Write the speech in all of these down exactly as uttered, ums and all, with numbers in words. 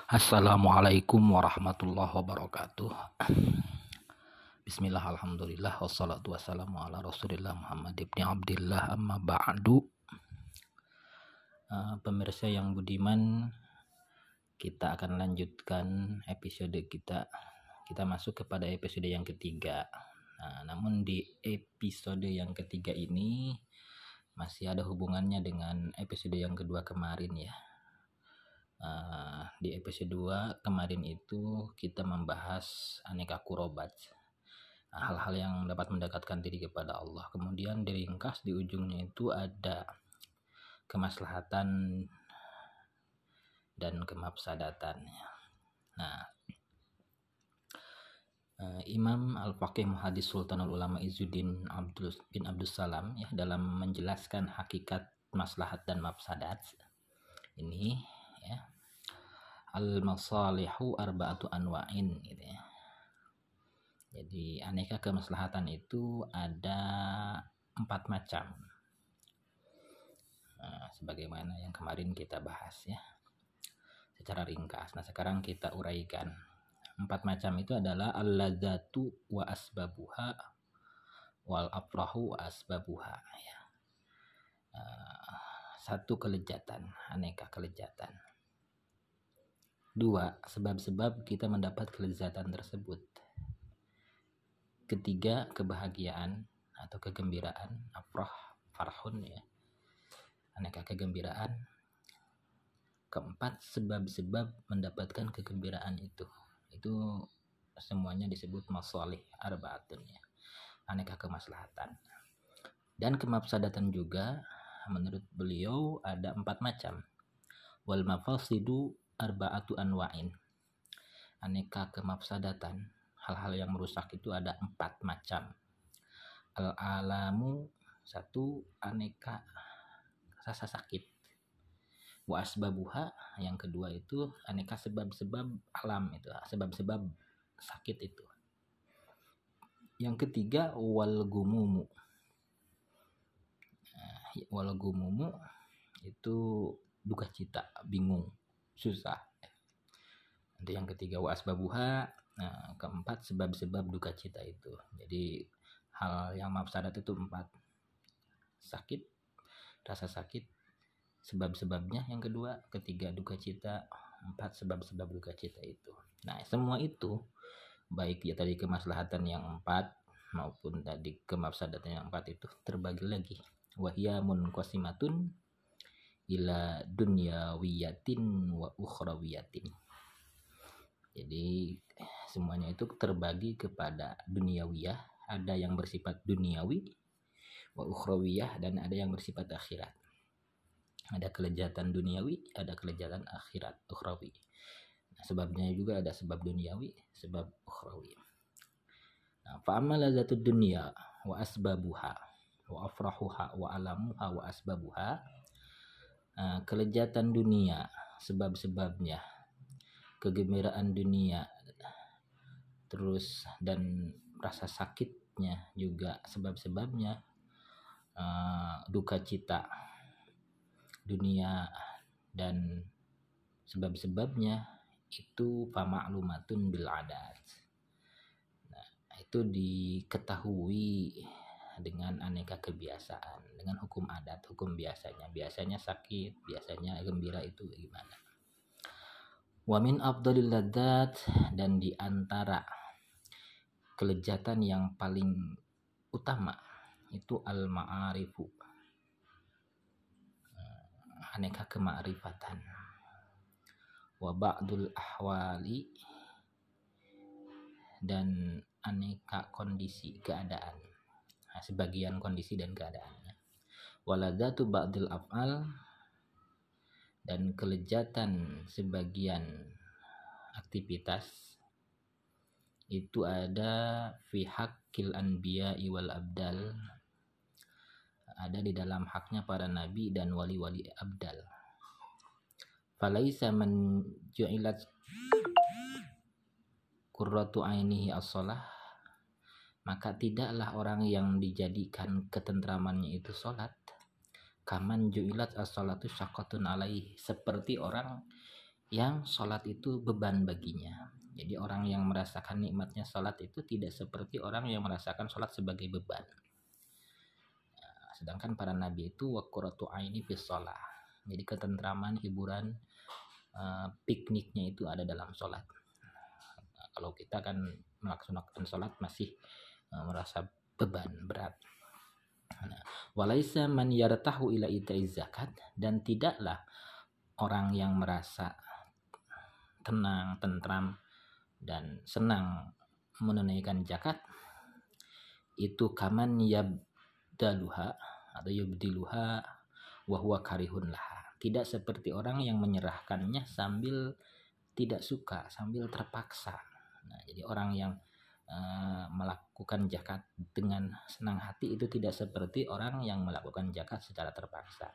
Assalamualaikum warahmatullahi wabarakatuh. Bismillah, alhamdulillah, wassalatu wassalamu ala rasulillah Muhammad ibni Abdillah, amma ba'du. uh, Pemirsa yang budiman, kita akan lanjutkan episode kita. Kita masuk kepada episode yang ketiga. Nah, namun di episode yang ketiga ini masih ada hubungannya dengan episode yang kedua kemarin ya. Uh, di episode dua kemarin itu kita membahas aneka kurobat, hal-hal yang dapat mendekatkan diri kepada Allah. Kemudian diringkas di ujungnya itu ada kemaslahatan dan kemafsadatan. Nah, uh, Imam Al-Faqih Muhaddis Sultanul Ulama Izzuddin Abdul bin Abdus Salam ya, dalam menjelaskan hakikat maslahat dan mafsadat ini ya, al-masalihu arba'atu anwa'in gitu ya. Jadi aneka kemaslahatan itu ada empat macam, nah, sebagaimana yang kemarin kita bahas ya secara ringkas. Nah, sekarang kita uraikan. Empat macam itu adalah al-ladzatu wa asbabuha wal afrahu wa asbabuha ya. Uh, satu, kelezatan, aneka kelezatan. Dua, sebab-sebab kita mendapat kelezatan tersebut. Ketiga, kebahagiaan atau kegembiraan, afrah, farhun ya, aneka kegembiraan. Keempat, sebab-sebab mendapatkan kegembiraan itu. Itu semuanya disebut masalih arba'atun ya, aneka kemaslahatan. Dan kemafsadatan juga menurut beliau ada empat macam. Wal mafasidu arba'atu anwa'in. Aneka kemafsadatan, hal-hal yang merusak itu ada empat macam. Al-alamu, satu, aneka rasa sakit. Wa asbabuha, yang kedua itu aneka sebab-sebab alam itu, sebab-sebab sakit itu. Yang ketiga, wal gumumu. Wal gumumu itu duka cita, bingung, susah. Nanti yang ketiga wa asbabuha. Nah, keempat, sebab-sebab duka cita itu. Jadi hal yang mafsadat itu empat. Sakit, rasa sakit, sebab-sebabnya yang kedua, ketiga duka cita, empat sebab-sebab duka cita itu. Nah, semua itu baik ya tadi kemaslahatan yang empat maupun tadi kemafsadatan yang empat itu terbagi lagi. Wahya munqasimatun ila dunyawiyatin wa ukhrawiyatin. Jadi semuanya itu terbagi kepada duniawiyah, ada yang bersifat duniawi, wa ukhrawiyah, dan ada yang bersifat akhirat. Ada kelezatan duniawi, ada kelezatan akhirat, ukhrawi. Nah, sebabnya juga ada sebab duniawi, sebab ukhrawi. Nah, fa'amma lazatud dunya wa asbabuha wa afrahuha wa alamuha wa asbabuha. Nah, kelezatan dunia, sebab-sebabnya, kegembiraan dunia, terus dan rasa sakitnya juga sebab-sebabnya, uh, duka cita dunia dan sebab-sebabnya itu fama'lumatun bil adat. Nah, itu diketahui dengan aneka kebiasaan, dengan hukum adat, hukum biasanya. Biasanya sakit, biasanya gembira, itu gimana. Wa min afdalil ladzat, dan di antara kelezatan yang paling utama itu al-ma'arifu, aneka kemakrifatan. Wa ba'dul ahwali, dan aneka kondisi, keadaan. Nah, sebagian kondisi dan keadaannya. Wa ladzatu ba'dil af'al, dan kelezatan sebagian aktivitas itu ada fi haqqil anbiya'i wal abdal, ada di dalam haknya para nabi dan wali-wali abdal. Falaisa man ju'ilat qurratu ainihi as-shalah, maka tidaklah orang yang dijadikan ketentramannya itu salat. Kaman ju'ilat as-salatu syaqqatun alaihi, seperti orang yang sholat itu beban baginya. Jadi orang yang merasakan nikmatnya sholat itu tidak seperti orang yang merasakan sholat sebagai beban. Nah, sedangkan para nabi itu wa qurratu aini fis shalah. Jadi ketentraman, hiburan, uh, pikniknya itu ada dalam sholat. Nah, kalau kita kan melaksanakan sholat masih uh, merasa beban, berat. Nah, walaisa man yartahu ila ita'iz zakat, dan tidaklah orang yang merasa tenang, tentram, dan senang menunaikan zakat itu kaman yabdaluha atau yubdiluha wa huwa karihun laha. Tidak seperti orang yang menyerahkannya sambil tidak suka, sambil terpaksa. Nah, jadi orang yang uh, melakukan zakat dengan senang hati itu tidak seperti orang yang melakukan zakat secara terpaksa.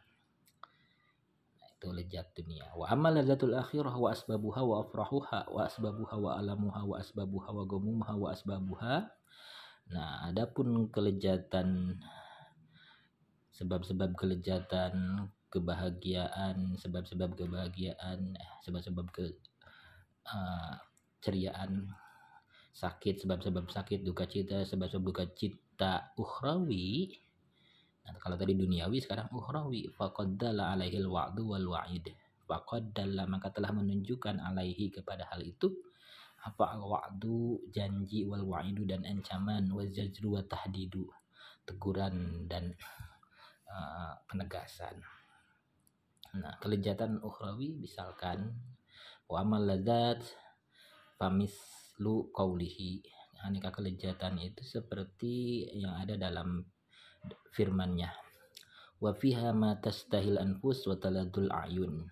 Itu lezat dunia. Wa amma ladzatul akhirah wa asbabuha wa afrahuha wa asbabuha wa alamuha wa asbabuha wa gumumuha wa asbabuha. Nah, adapun kelezatan, sebab-sebab kelezatan, kebahagiaan, sebab-sebab kebahagiaan, sebab-sebab ke uh, ceriaan, sakit, sebab-sebab sakit, duka cita, sebab-sebab duka cita ukhrawi. Nah, kalau tadi duniawi, sekarang ukhrawi. Faqad dalla alaihil wa'du wal wa'id. Faqad dalla, maka telah menunjukkan alaihi kepada hal itu apa al-wa'du, janji, wal wa'idu, dan ancaman, wa zajru wa tahdidu, teguran dan uh, penegasan. Nah, kelezatan ukhrawi misalkan wa amal ladzat famislu qaulihi. Aneka kelezatan itu seperti yang ada dalam firman-Nya. Wa fiha ma tastahil anfus wa taladul ayun.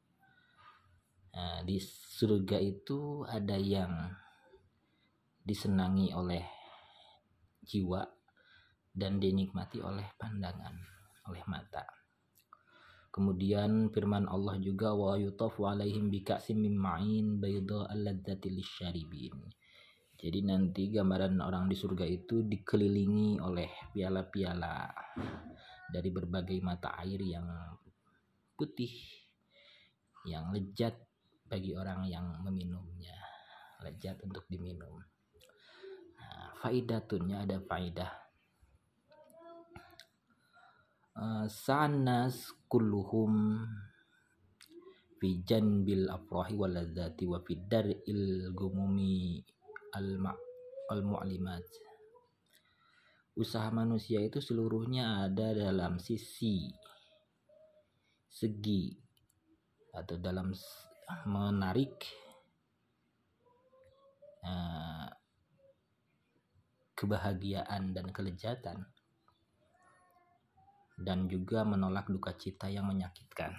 Nah, di surga itu ada yang disenangi oleh jiwa dan dinikmati oleh pandangan, oleh mata. Kemudian firman Allah juga wa yutafu alaihim bika'sim min ma'in bayda alladzati lisyaribin. Jadi nanti gambaran orang di surga itu dikelilingi oleh piala-piala dari berbagai mata air yang putih, yang lezat bagi orang yang meminumnya, lezat untuk diminum. Nah, faidatunnya ada faidah. Uh, Sa'annas kulluhum fi janbil afrahi wal ladzati wa fi dar'il gumumi al-mu'limat. Usaha manusia itu seluruhnya ada dalam sisi, segi, atau dalam menarik uh, kebahagiaan dan kelezatan, dan juga menolak duka cita yang menyakitkan.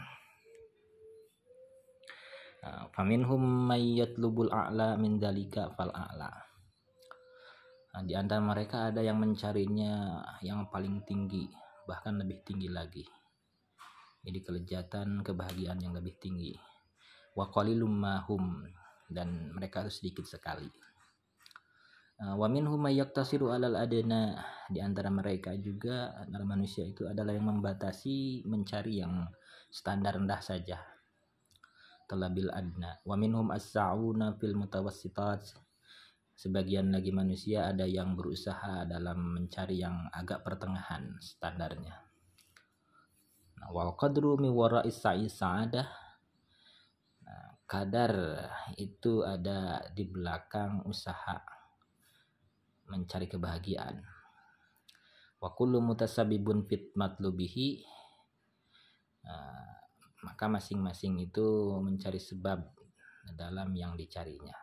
Faminhum may yatlubul a'la min dzalika fal a'la. Nah, di antara mereka ada yang mencarinya yang paling tinggi, bahkan lebih tinggi lagi. Jadi kelezatan, kebahagiaan yang lebih tinggi. Wa qalilum mahum, dan mereka itu sedikit sekali. Wa minhum may yaktasiru alal adna. Di antara mereka juga, antara manusia itu adalah yang membatasi mencari yang standar rendah saja, talabil adna. Wa minhum as-sa'una fil mutawassitat. Sebagian lagi manusia ada yang berusaha dalam mencari yang agak pertengahan standarnya. Nah, wal qadru mi wara'is sa'i sa'adah. Nah, kadar itu ada di belakang usaha mencari kebahagiaan. Wa kullu mutasabibun fit matlubihi. Nah, maka masing-masing itu mencari sebab dalam yang dicarinya.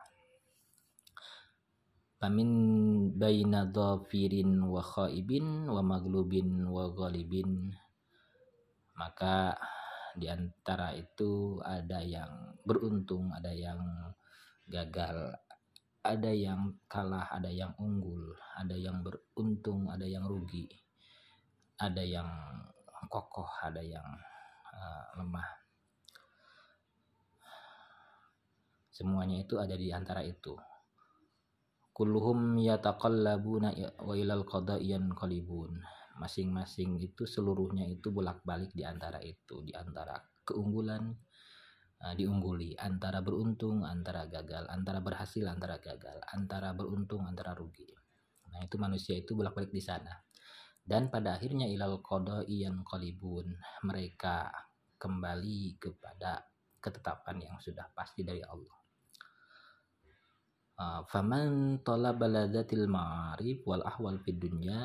Famin baina dhafirin wa khaibin wa maglubin wa ghalibin. Maka di antara itu ada yang beruntung, ada yang gagal, ada yang kalah, ada yang unggul, ada yang beruntung, ada yang rugi, ada yang kokoh, ada yang uh, lemah. Semuanya itu ada di antara itu. Kulluhum yataqallabuna wa ilal qada'i yanqalibun. Masing-masing itu seluruhnya itu bolak-balik di antara itu, di antara keunggulan uh, diungguli, antara beruntung antara gagal, antara berhasil antara gagal, antara beruntung antara rugi. Nah, itu manusia itu bolak-balik di sana. Dan pada akhirnya ilal qada'i yanqalibun, mereka kembali kepada ketetapan yang sudah pasti dari Allah. Uh, faman talaba ladzatil ma'arif wal ahwal fid dunya,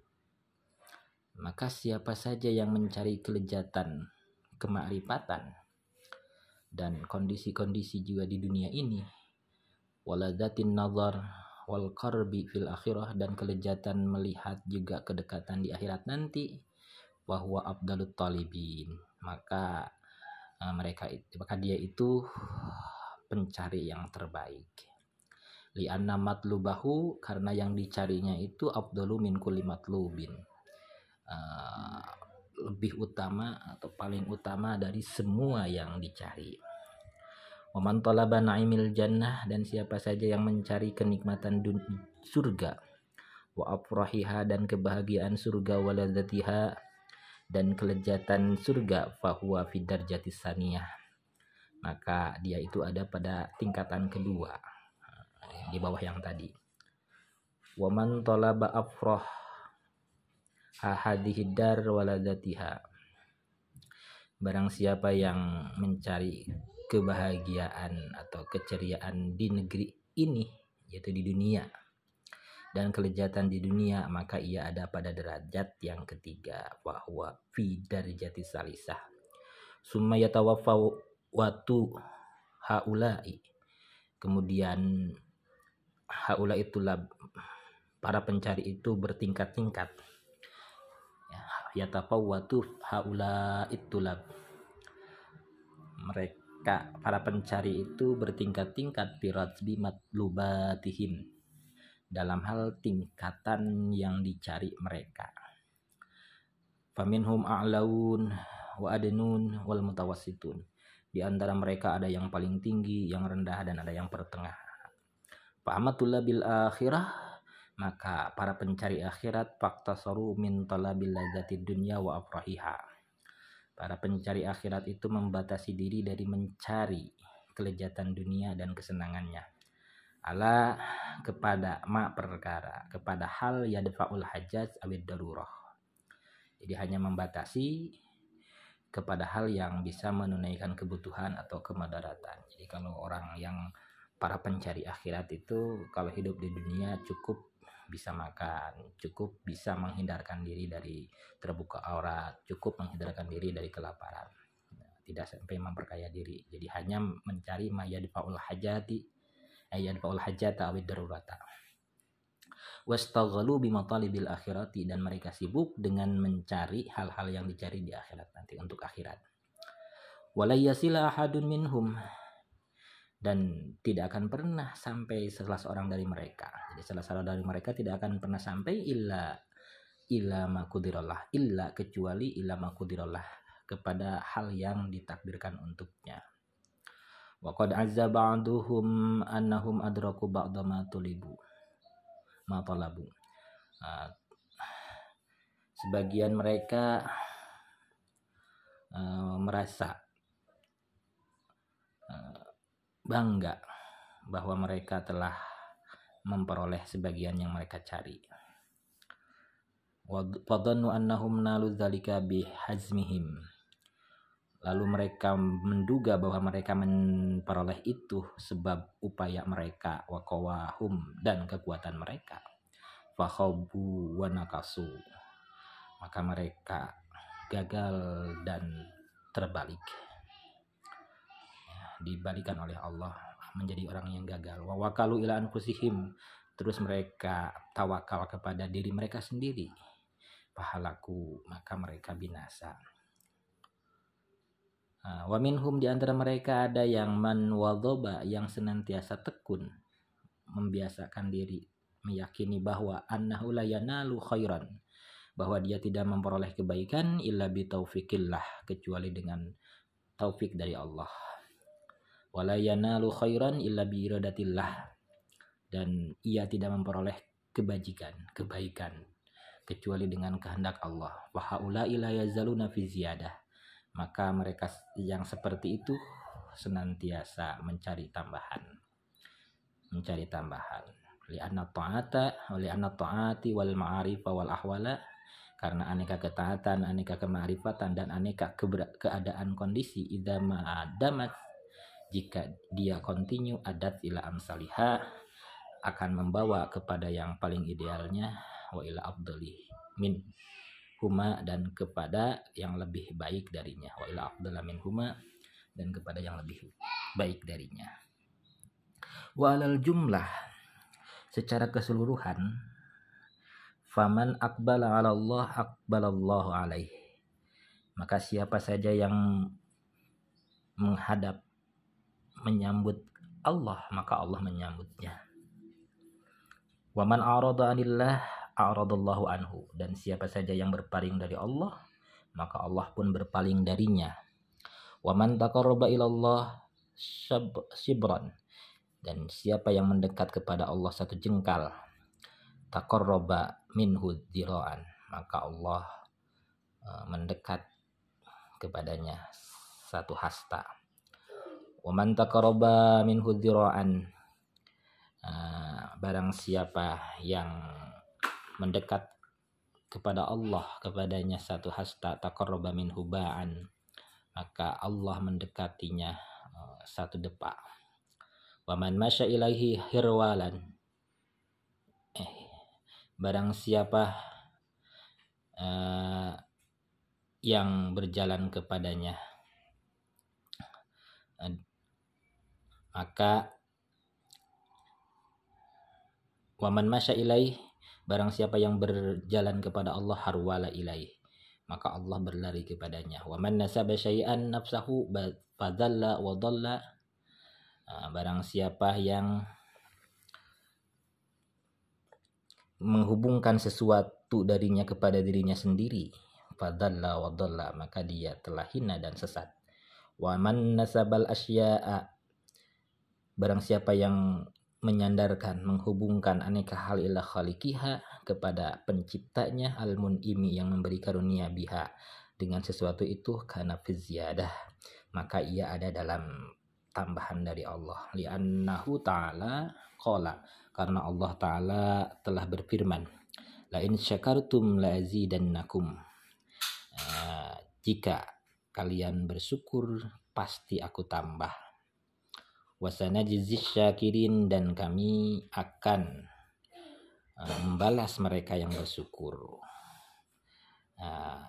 maka siapa saja yang mencari kelezatan kemakrifatan dan kondisi-kondisi juga di dunia ini, waladzatin nazar wal qarbi fil akhirah, dan kelezatan melihat juga kedekatan di akhirat nanti, bahwa abdalut talibin, maka uh, mereka itu maka dia itu pencari yang terbaik. Li'anna matlubahu, karena yang dicarinya itu afdalu min kulli matlubin, uh, lebih utama atau paling utama dari semua yang dicari. Wa man talaba na'imil jannah, dan siapa saja yang mencari kenikmatan dun- surga, wa afrahiha, dan kebahagiaan surga, wa ladzatiha, dan kelezatan surga, fahuwa fid darjatis saniyah, maka dia itu ada pada tingkatan kedua, di bawah yang tadi. Wa man talaba afrah hadhihi dar wa ladzatiha, barang siapa yang mencari kebahagiaan atau keceriaan di negeri ini, yaitu di dunia, dan kelezatan di dunia, maka ia ada pada derajat yang ketiga, bahwa fi darjati salisah. Summa yatawaffatu haula'i, kemudian haula itulah para pencari itu bertingkat-tingkat. Yatafawwatu haula itulah, mereka para pencari itu bertingkat-tingkat biratbi matlubatihim, dalam hal tingkatan yang dicari mereka. Faminhum a'laun wa adnun wal mutawassitun, di antara mereka ada yang paling tinggi, yang rendah, dan ada yang pertengah. Fa amatul bil akhirah, maka para pencari akhirat faktasaru min talabil ladzatid dunya wa afrahiha, para pencari akhirat itu membatasi diri dari mencari kelezatan dunia dan kesenangannya, ala kepada ma perkara, kepada hal yadfa'ul hajat awid darurah, jadi hanya membatasi kepada hal yang bisa menunaikan kebutuhan atau kemadaratan. Jadi kalau orang yang para pencari akhirat itu kalau hidup di dunia cukup bisa makan, cukup bisa menghindarkan diri dari terbuka aurat, cukup menghindarkan diri dari kelaparan, tidak sampai memperkaya diri. Jadi hanya mencari ma yadfa'ul hajati ayyadfa'ul hajata awid darurata. Wastaghalu bimatalibil akhirati, dan mereka sibuk dengan mencari hal-hal yang dicari di akhirat nanti, untuk akhirat. Walayasila ahadun minhum, dan tidak akan pernah sampai salah seorang dari mereka. Jadi salah seorang dari mereka tidak akan pernah sampai illa illa maqudirallah, illa kecuali illa maqudirallah, kepada hal yang ditakdirkan untuknya. Wa qad azza ba'duhum annahum adraku ba'da ma tulibu ma talabu. Uh, sebagian mereka uh, merasa uh, bangga bahwa mereka telah memperoleh sebagian yang mereka cari. Wa dhannu annahum nalu dzalika bihazmihim, lalu mereka menduga bahwa mereka memperoleh itu sebab upaya mereka, wa qawahum, dan kekuatan mereka, fa khabu wa nakasu, maka mereka gagal dan terbalik, dibalikan oleh Allah menjadi orang yang gagal. Wa wakalu ila anfusihim, terus mereka tawakal kepada diri mereka sendiri, fahalaku, maka mereka binasa. Wa minhum, di antara mereka ada yang man wadhoba, yang senantiasa tekun membiasakan diri, meyakini bahwa annahu la yanalu khairan, bahwa dia tidak memperoleh kebaikan illa bi taufiqillah, kecuali dengan taufik dari Allah. Wala yanalu khairan illa bi iradatillah, dan ia tidak memperoleh kebajikan, kebaikan, kecuali dengan kehendak Allah. Wa haula ila yazaluna fi ziyadah, maka mereka yang seperti itu senantiasa mencari tambahan, mencari tambahan. Li'anna ta'ata, li'anna ta'ati wal ma'arifa wal ahwala, karena aneka ketaatan, aneka kemaarifatan dan aneka keadaan kondisi idza ma'adamat, jika dia continue adat ila amsalihah, akan membawa kepada yang paling idealnya, wa ila afdali min huma, dan kepada yang lebih baik darinya, wa ila afdala min huma, dan kepada yang lebih baik darinya. Wa alal jumlah, secara keseluruhan, faman aqbala 'ala Allah aqbalallahu alaih, maka siapa saja yang menghadap, menyambut Allah, maka Allah menyambutnya. Wa man a'rada 'anillah a'radallahu anhu, dan siapa saja yang berpaling dari Allah, maka Allah pun berpaling darinya. Wa man taqarraba ilallah shibran, dan siapa yang mendekat kepada Allah satu jengkal, taqarraba minhu dzira'an, maka Allah uh, mendekat kepadanya satu hasta. Wa man taqarraba minhu dzira'an, uh, barang siapa yang mendekat kepada Allah kepadanya satu hasta, taqarraba minhu ba'an, maka Allah mendekatinya uh, satu depa. Wa man masya ilaihi hirwalan, eh barang siapa uh, yang berjalan kepadanya, uh, maka wa man masya ilaihi, barang siapa yang berjalan kepada Allah harwala ilaihi, maka Allah berlari kepadanya. Wa man nasaba syai'an nafsahu fadalla wa dhalla, barang siapa yang menghubungkan sesuatu darinya kepada dirinya sendiri, fadalla wa dhalla, maka dia telah hina dan sesat. Wa man nasabal asya'a, barang siapa yang menyandarkan, menghubungkan aneka hal ila khaliqiha, kepada penciptanya, al-mun'imi, yang memberi karunia, biha, dengan sesuatu itu, kana fi ziyadah, maka ia ada dalam tambahan dari Allah. Li'annahu ta'ala qala, karena Allah Ta'ala telah berfirman, la in syakartum la azidannakum, uh, jika kalian bersyukur pasti aku tambah. Wasanajizis syakirin, dan kami akan uh, membalas mereka yang bersyukur. Uh,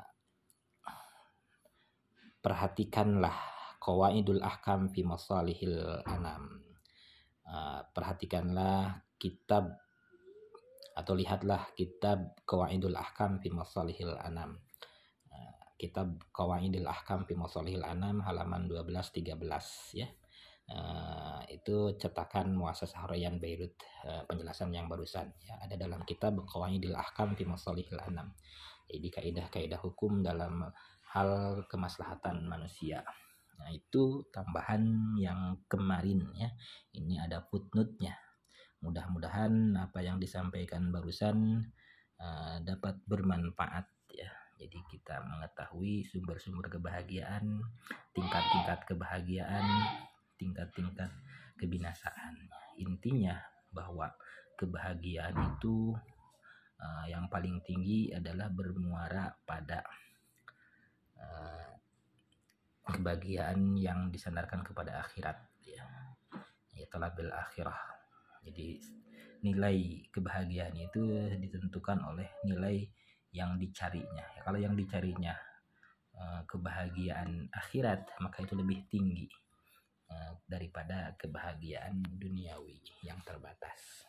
perhatikanlah qawaidul ahkam fi masalihil anam. Uh, perhatikanlah kitab, atau lihatlah kitab qawaidul ahkam fi masalihil anam. Uh, kitab qawaidul ahkam fi masalihil anam halaman dua belas tiga belas ya. Uh, itu cetakan Muassasah Rayyan Beirut, uh, penjelasan yang barusan ya, ada dalam kitab qawaidul ahkam fi masalihil anam. Jadi kaidah-kaidah hukum dalam hal kemaslahatan manusia. Nah, itu tambahan yang kemarin ya. Ini ada footnote-nya. Mudah-mudahan apa yang disampaikan barusan uh, dapat bermanfaat ya. Jadi kita mengetahui sumber-sumber kebahagiaan, tingkat-tingkat kebahagiaan, tingkat-tingkat kebinasaan. Intinya bahwa kebahagiaan itu uh, yang paling tinggi adalah bermuara pada uh, kebahagiaan yang disandarkan kepada akhirat ya, ya talabil akhirah. Jadi nilai kebahagiaan itu ditentukan oleh nilai yang dicarinya ya. Kalau yang dicarinya uh, kebahagiaan akhirat, maka itu lebih tinggi uh, daripada kebahagiaan duniawi yang terbatas.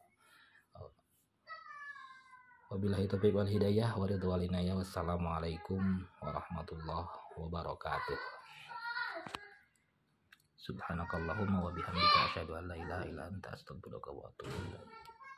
Wabillahi taufiq wal hidayah wa ridwanil inayah. Wassalamualaikum warahmatullahi wabarakatuh. Subhanakallahumma wa bihamdika asyhadu an la ilaha illa anta astaghfiruka wa atubu ilaik.